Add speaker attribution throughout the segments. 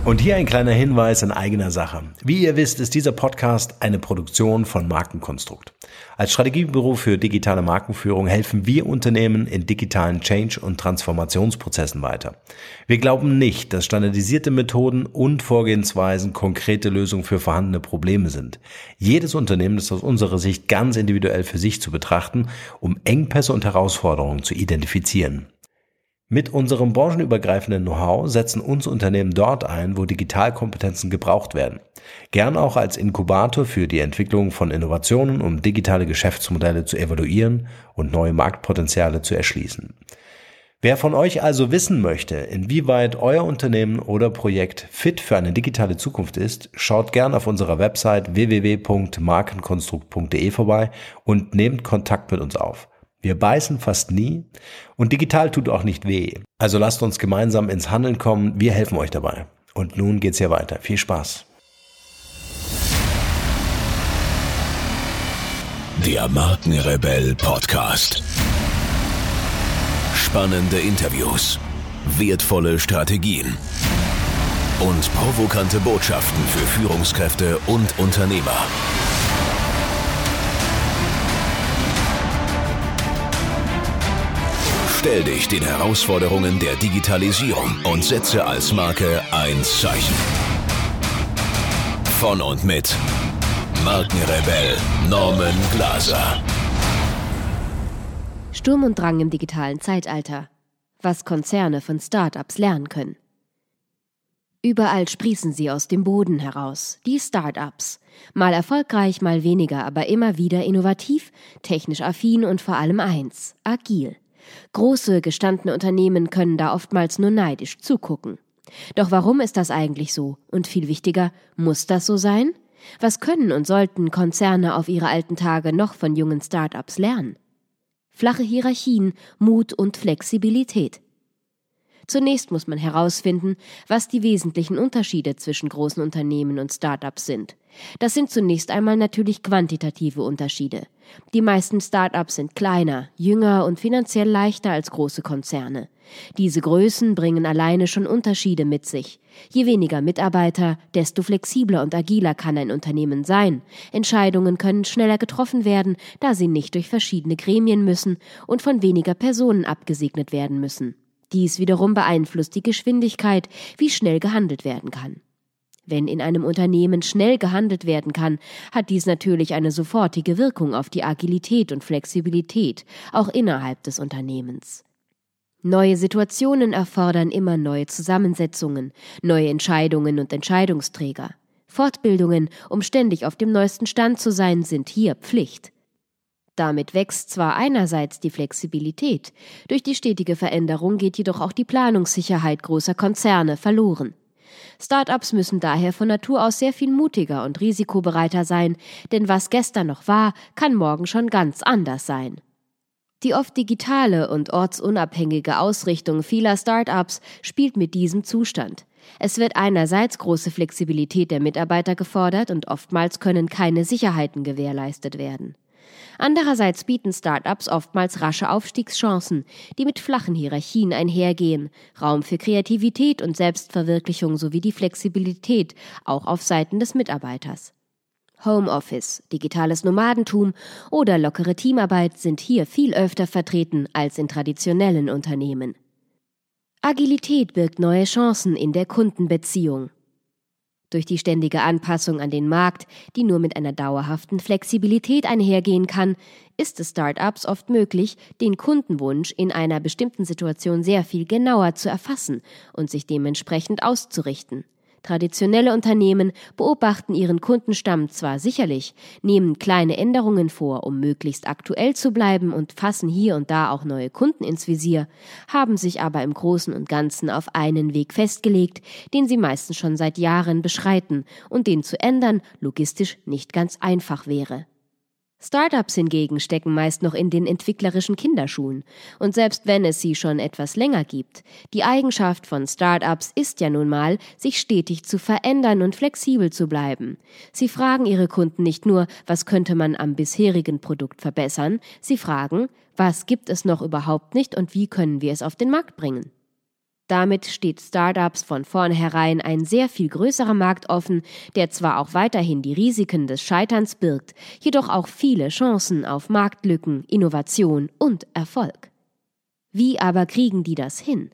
Speaker 1: Und hier ein kleiner Hinweis in eigener Sache. Wie ihr wisst, ist dieser Podcast eine Produktion von Markenkonstrukt. Als Strategiebüro für digitale Markenführung helfen wir Unternehmen in digitalen Change- und Transformationsprozessen weiter. Wir glauben nicht, dass standardisierte Methoden und Vorgehensweisen konkrete Lösungen für vorhandene Probleme sind. Jedes Unternehmen ist aus unserer Sicht ganz individuell für sich zu betrachten, um Engpässe und Herausforderungen zu identifizieren. Mit unserem branchenübergreifenden Know-how setzen uns Unternehmen dort ein, wo Digitalkompetenzen gebraucht werden. Gern auch als Inkubator für die Entwicklung von Innovationen, um digitale Geschäftsmodelle zu evaluieren und neue Marktpotenziale zu erschließen. Wer von euch also wissen möchte, inwieweit euer Unternehmen oder Projekt fit für eine digitale Zukunft ist, schaut gern auf unserer Website www.markenkonstrukt.de vorbei und nehmt Kontakt mit uns auf. Wir beißen fast nie und digital tut auch nicht weh. Also lasst uns gemeinsam ins Handeln kommen, wir helfen euch dabei. Und nun geht's hier weiter. Viel Spaß.
Speaker 2: Der Markenrebell Podcast. Spannende Interviews, wertvolle Strategien und provokante Botschaften für Führungskräfte und Unternehmer. Stell dich den Herausforderungen der Digitalisierung und setze als Marke ein Zeichen. Von und mit Markenrebell Norman Glaser.
Speaker 3: Sturm und Drang im digitalen Zeitalter. Was Konzerne von Start-ups lernen können. Überall sprießen sie aus dem Boden heraus, die Start-ups. Mal erfolgreich, mal weniger, aber immer wieder innovativ, technisch affin und vor allem eins: agil. Große, gestandene Unternehmen können da oftmals nur neidisch zugucken. Doch warum ist das eigentlich so? Und viel wichtiger, muss das so sein? Was können und sollten Konzerne auf ihre alten Tage noch von jungen Start-ups lernen? Flache Hierarchien, Mut und Flexibilität. Zunächst muss man herausfinden, was die wesentlichen Unterschiede zwischen großen Unternehmen und Start-ups sind. Das sind zunächst einmal natürlich quantitative Unterschiede. Die meisten Start-ups sind kleiner, jünger und finanziell leichter als große Konzerne. Diese Größen bringen alleine schon Unterschiede mit sich. Je weniger Mitarbeiter, desto flexibler und agiler kann ein Unternehmen sein. Entscheidungen können schneller getroffen werden, da sie nicht durch verschiedene Gremien müssen und von weniger Personen abgesegnet werden müssen. Dies wiederum beeinflusst die Geschwindigkeit, wie schnell gehandelt werden kann. Wenn in einem Unternehmen schnell gehandelt werden kann, hat dies natürlich eine sofortige Wirkung auf die Agilität und Flexibilität, auch innerhalb des Unternehmens. Neue Situationen erfordern immer neue Zusammensetzungen, neue Entscheidungen und Entscheidungsträger. Fortbildungen, um ständig auf dem neuesten Stand zu sein, sind hier Pflicht. Damit wächst zwar einerseits die Flexibilität, durch die stetige Veränderung geht jedoch auch die Planungssicherheit großer Konzerne verloren. Start-ups müssen daher von Natur aus sehr viel mutiger und risikobereiter sein, denn was gestern noch war, kann morgen schon ganz anders sein. Die oft digitale und ortsunabhängige Ausrichtung vieler Start-ups spielt mit diesem Zustand. Es wird einerseits große Flexibilität der Mitarbeiter gefordert und oftmals können keine Sicherheiten gewährleistet werden. Andererseits bieten Start-ups oftmals rasche Aufstiegschancen, die mit flachen Hierarchien einhergehen, Raum für Kreativität und Selbstverwirklichung sowie die Flexibilität, auch auf Seiten des Mitarbeiters. Homeoffice, digitales Nomadentum oder lockere Teamarbeit sind hier viel öfter vertreten als in traditionellen Unternehmen. Agilität birgt neue Chancen in der Kundenbeziehung. Durch die ständige Anpassung an den Markt, die nur mit einer dauerhaften Flexibilität einhergehen kann, ist es Start-ups oft möglich, den Kundenwunsch in einer bestimmten Situation sehr viel genauer zu erfassen und sich dementsprechend auszurichten. Traditionelle Unternehmen beobachten ihren Kundenstamm zwar sicherlich, nehmen kleine Änderungen vor, um möglichst aktuell zu bleiben und fassen hier und da auch neue Kunden ins Visier, haben sich aber im Großen und Ganzen auf einen Weg festgelegt, den sie meistens schon seit Jahren beschreiten und den zu ändern logistisch nicht ganz einfach wäre. Startups hingegen stecken meist noch in den entwicklerischen Kinderschuhen. Und selbst wenn es sie schon etwas länger gibt, die Eigenschaft von Startups ist ja nun mal, sich stetig zu verändern und flexibel zu bleiben. Sie fragen ihre Kunden nicht nur, was könnte man am bisherigen Produkt verbessern, sie fragen, was gibt es noch überhaupt nicht und wie können wir es auf den Markt bringen? Damit steht Startups von vornherein ein sehr viel größerer Markt offen, der zwar auch weiterhin die Risiken des Scheiterns birgt, jedoch auch viele Chancen auf Marktlücken, Innovation und Erfolg. Wie aber kriegen die das hin?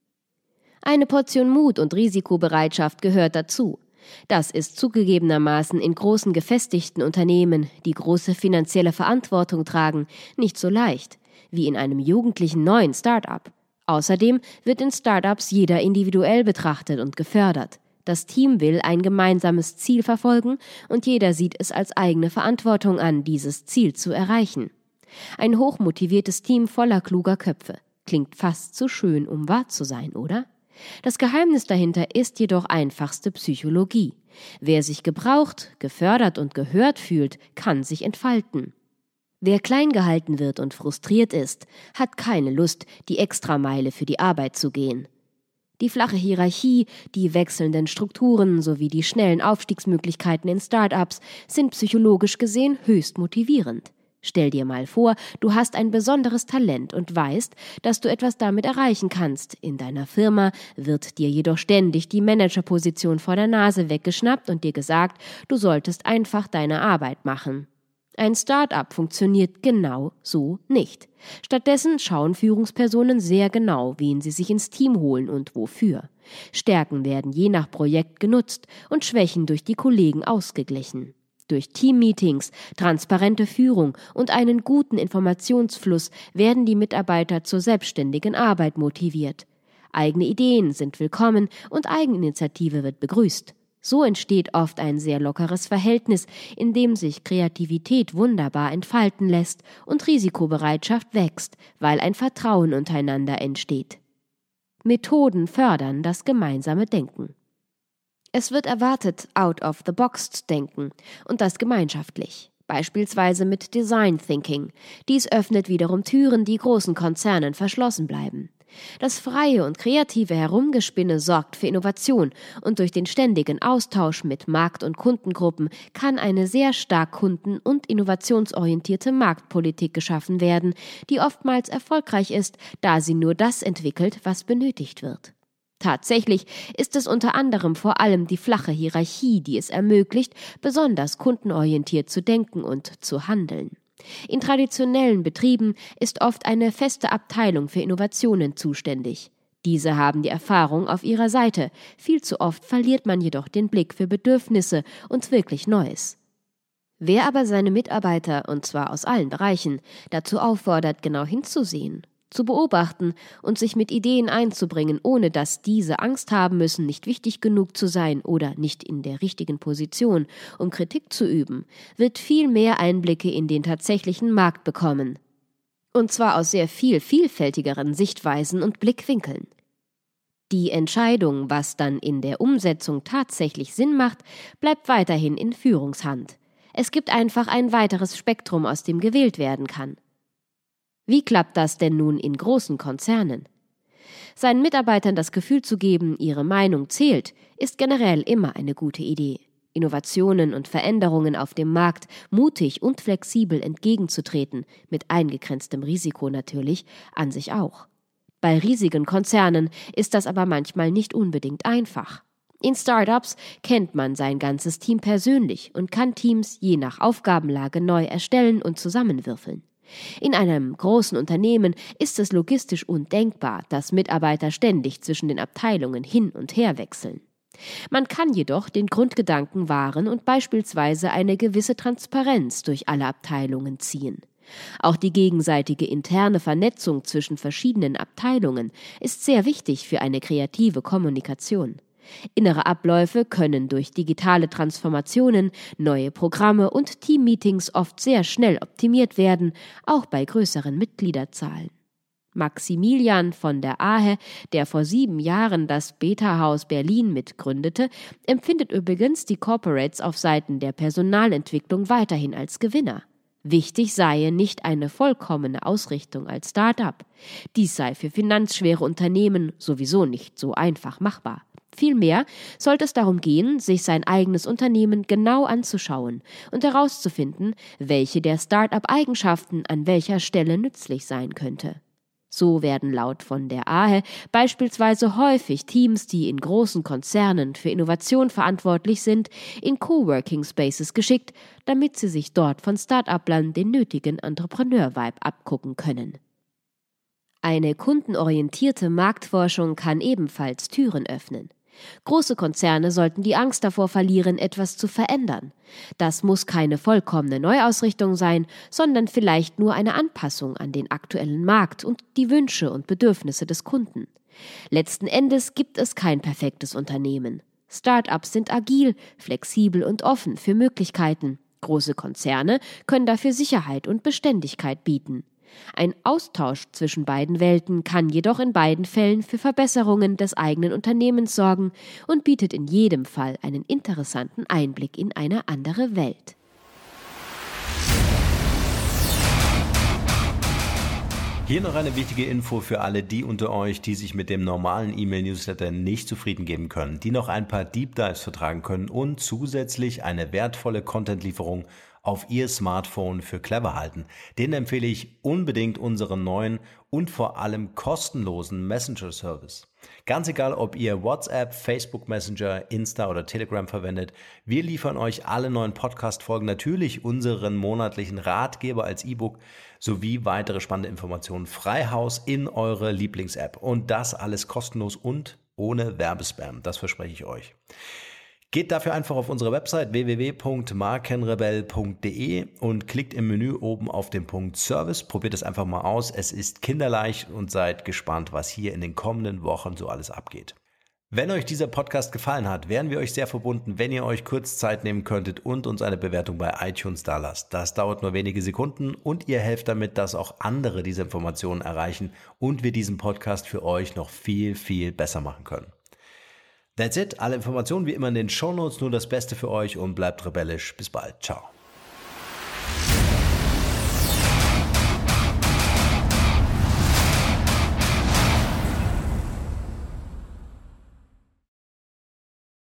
Speaker 3: Eine Portion Mut und Risikobereitschaft gehört dazu. Das ist zugegebenermaßen in großen gefestigten Unternehmen, die große finanzielle Verantwortung tragen, nicht so leicht, wie in einem jugendlichen neuen Start-up. Außerdem wird in Startups jeder individuell betrachtet und gefördert. Das Team will ein gemeinsames Ziel verfolgen und jeder sieht es als eigene Verantwortung an, dieses Ziel zu erreichen. Ein hochmotiviertes Team voller kluger Köpfe. Klingt fast zu schön, um wahr zu sein, oder? Das Geheimnis dahinter ist jedoch einfachste Psychologie. Wer sich gebraucht, gefördert und gehört fühlt, kann sich entfalten. Wer klein gehalten wird und frustriert ist, hat keine Lust, die Extrameile für die Arbeit zu gehen. Die flache Hierarchie, die wechselnden Strukturen sowie die schnellen Aufstiegsmöglichkeiten in Start-ups sind psychologisch gesehen höchst motivierend. Stell dir mal vor, du hast ein besonderes Talent und weißt, dass du etwas damit erreichen kannst. In deiner Firma wird dir jedoch ständig die Managerposition vor der Nase weggeschnappt und dir gesagt, du solltest einfach deine Arbeit machen. Ein Start-up funktioniert genau so nicht. Stattdessen schauen Führungspersonen sehr genau, wen sie sich ins Team holen und wofür. Stärken werden je nach Projekt genutzt und Schwächen durch die Kollegen ausgeglichen. Durch Teammeetings, transparente Führung und einen guten Informationsfluss werden die Mitarbeiter zur selbstständigen Arbeit motiviert. Eigene Ideen sind willkommen und Eigeninitiative wird begrüßt. So entsteht oft ein sehr lockeres Verhältnis, in dem sich Kreativität wunderbar entfalten lässt und Risikobereitschaft wächst, weil ein Vertrauen untereinander entsteht. Methoden fördern das gemeinsame Denken. Es wird erwartet, out of the box zu denken und das gemeinschaftlich, beispielsweise mit Design Thinking. Dies öffnet wiederum Türen, die großen Konzernen verschlossen bleiben. Das freie und kreative Herumgespinne sorgt für Innovation und durch den ständigen Austausch mit Markt- und Kundengruppen kann eine sehr stark kunden- und innovationsorientierte Marktpolitik geschaffen werden, die oftmals erfolgreich ist, da sie nur das entwickelt, was benötigt wird. Tatsächlich ist es unter anderem vor allem die flache Hierarchie, die es ermöglicht, besonders kundenorientiert zu denken und zu handeln. In traditionellen Betrieben ist oft eine feste Abteilung für Innovationen zuständig. Diese haben die Erfahrung auf ihrer Seite, viel zu oft verliert man jedoch den Blick für Bedürfnisse und wirklich Neues. Wer aber seine Mitarbeiter, und zwar aus allen Bereichen, dazu auffordert, genau hinzusehen, zu beobachten und sich mit Ideen einzubringen, ohne dass diese Angst haben müssen, nicht wichtig genug zu sein oder nicht in der richtigen Position, um Kritik zu üben, wird viel mehr Einblicke in den tatsächlichen Markt bekommen. Und zwar aus sehr vielfältigeren Sichtweisen und Blickwinkeln. Die Entscheidung, was dann in der Umsetzung tatsächlich Sinn macht, bleibt weiterhin in Führungshand. Es gibt einfach ein weiteres Spektrum, aus dem gewählt werden kann. Wie klappt das denn nun in großen Konzernen? Seinen Mitarbeitern das Gefühl zu geben, ihre Meinung zählt, ist generell immer eine gute Idee. Innovationen und Veränderungen auf dem Markt mutig und flexibel entgegenzutreten, mit eingegrenztem Risiko natürlich, an sich auch. Bei riesigen Konzernen ist das aber manchmal nicht unbedingt einfach. In Startups kennt man sein ganzes Team persönlich und kann Teams je nach Aufgabenlage neu erstellen und zusammenwürfeln. In einem großen Unternehmen ist es logistisch undenkbar, dass Mitarbeiter ständig zwischen den Abteilungen hin und her wechseln. Man kann jedoch den Grundgedanken wahren und beispielsweise eine gewisse Transparenz durch alle Abteilungen ziehen. Auch die gegenseitige interne Vernetzung zwischen verschiedenen Abteilungen ist sehr wichtig für eine kreative Kommunikation. Innere Abläufe können durch digitale Transformationen, neue Programme und Teammeetings oft sehr schnell optimiert werden, auch bei größeren Mitgliederzahlen. Maximilian von der Ahe, der vor 7 Jahren das Beta-Haus Berlin mitgründete, empfindet übrigens die Corporates auf Seiten der Personalentwicklung weiterhin als Gewinner. Wichtig sei nicht eine vollkommene Ausrichtung als Start-up. Dies sei für finanzschwere Unternehmen sowieso nicht so einfach machbar. Vielmehr sollte es darum gehen, sich sein eigenes Unternehmen genau anzuschauen und herauszufinden, welche der Start-up-Eigenschaften an welcher Stelle nützlich sein könnte. So werden laut von der AHE beispielsweise häufig Teams, die in großen Konzernen für Innovation verantwortlich sind, in Coworking Spaces geschickt, damit sie sich dort von Start-uplern den nötigen Entrepreneur-Vibe abgucken können. Eine kundenorientierte Marktforschung kann ebenfalls Türen öffnen. Große Konzerne sollten die Angst davor verlieren, etwas zu verändern. Das muss keine vollkommene Neuausrichtung sein, sondern vielleicht nur eine Anpassung an den aktuellen Markt und die Wünsche und Bedürfnisse des Kunden. Letzten Endes gibt es kein perfektes Unternehmen. Start-ups sind agil, flexibel und offen für Möglichkeiten. Große Konzerne können dafür Sicherheit und Beständigkeit bieten. Ein Austausch zwischen beiden Welten kann jedoch in beiden Fällen für Verbesserungen des eigenen Unternehmens sorgen und bietet in jedem Fall einen interessanten Einblick in eine andere Welt.
Speaker 1: Hier noch eine wichtige Info für alle die unter euch, die sich mit dem normalen E-Mail-Newsletter nicht zufrieden geben können, die noch ein paar Deep Dives vertragen können und zusätzlich eine wertvolle Content-Lieferung auf ihr Smartphone für clever halten. Denen empfehle ich unbedingt unseren neuen und vor allem kostenlosen Messenger-Service. Ganz egal, ob ihr WhatsApp, Facebook Messenger, Insta oder Telegram verwendet, wir liefern euch alle neuen Podcast-Folgen, natürlich unseren monatlichen Ratgeber als E-Book sowie weitere spannende Informationen frei Haus in eure Lieblings-App. Und das alles kostenlos und ohne Werbespam, das verspreche ich euch. Geht dafür einfach auf unsere Website www.markenrebell.de und klickt im Menü oben auf den Punkt Service. Probiert es einfach mal aus. Es ist kinderleicht und seid gespannt, was hier in den kommenden Wochen so alles abgeht. Wenn euch dieser Podcast gefallen hat, wären wir euch sehr verbunden, wenn ihr euch kurz Zeit nehmen könntet und uns eine Bewertung bei iTunes dalasst. Das dauert nur wenige Sekunden und ihr helft damit, dass auch andere diese Informationen erreichen und wir diesen Podcast für euch noch viel, viel besser machen können. That's it. Alle Informationen wie immer in den Shownotes. Nur das Beste für euch und bleibt rebellisch. Bis bald. Ciao.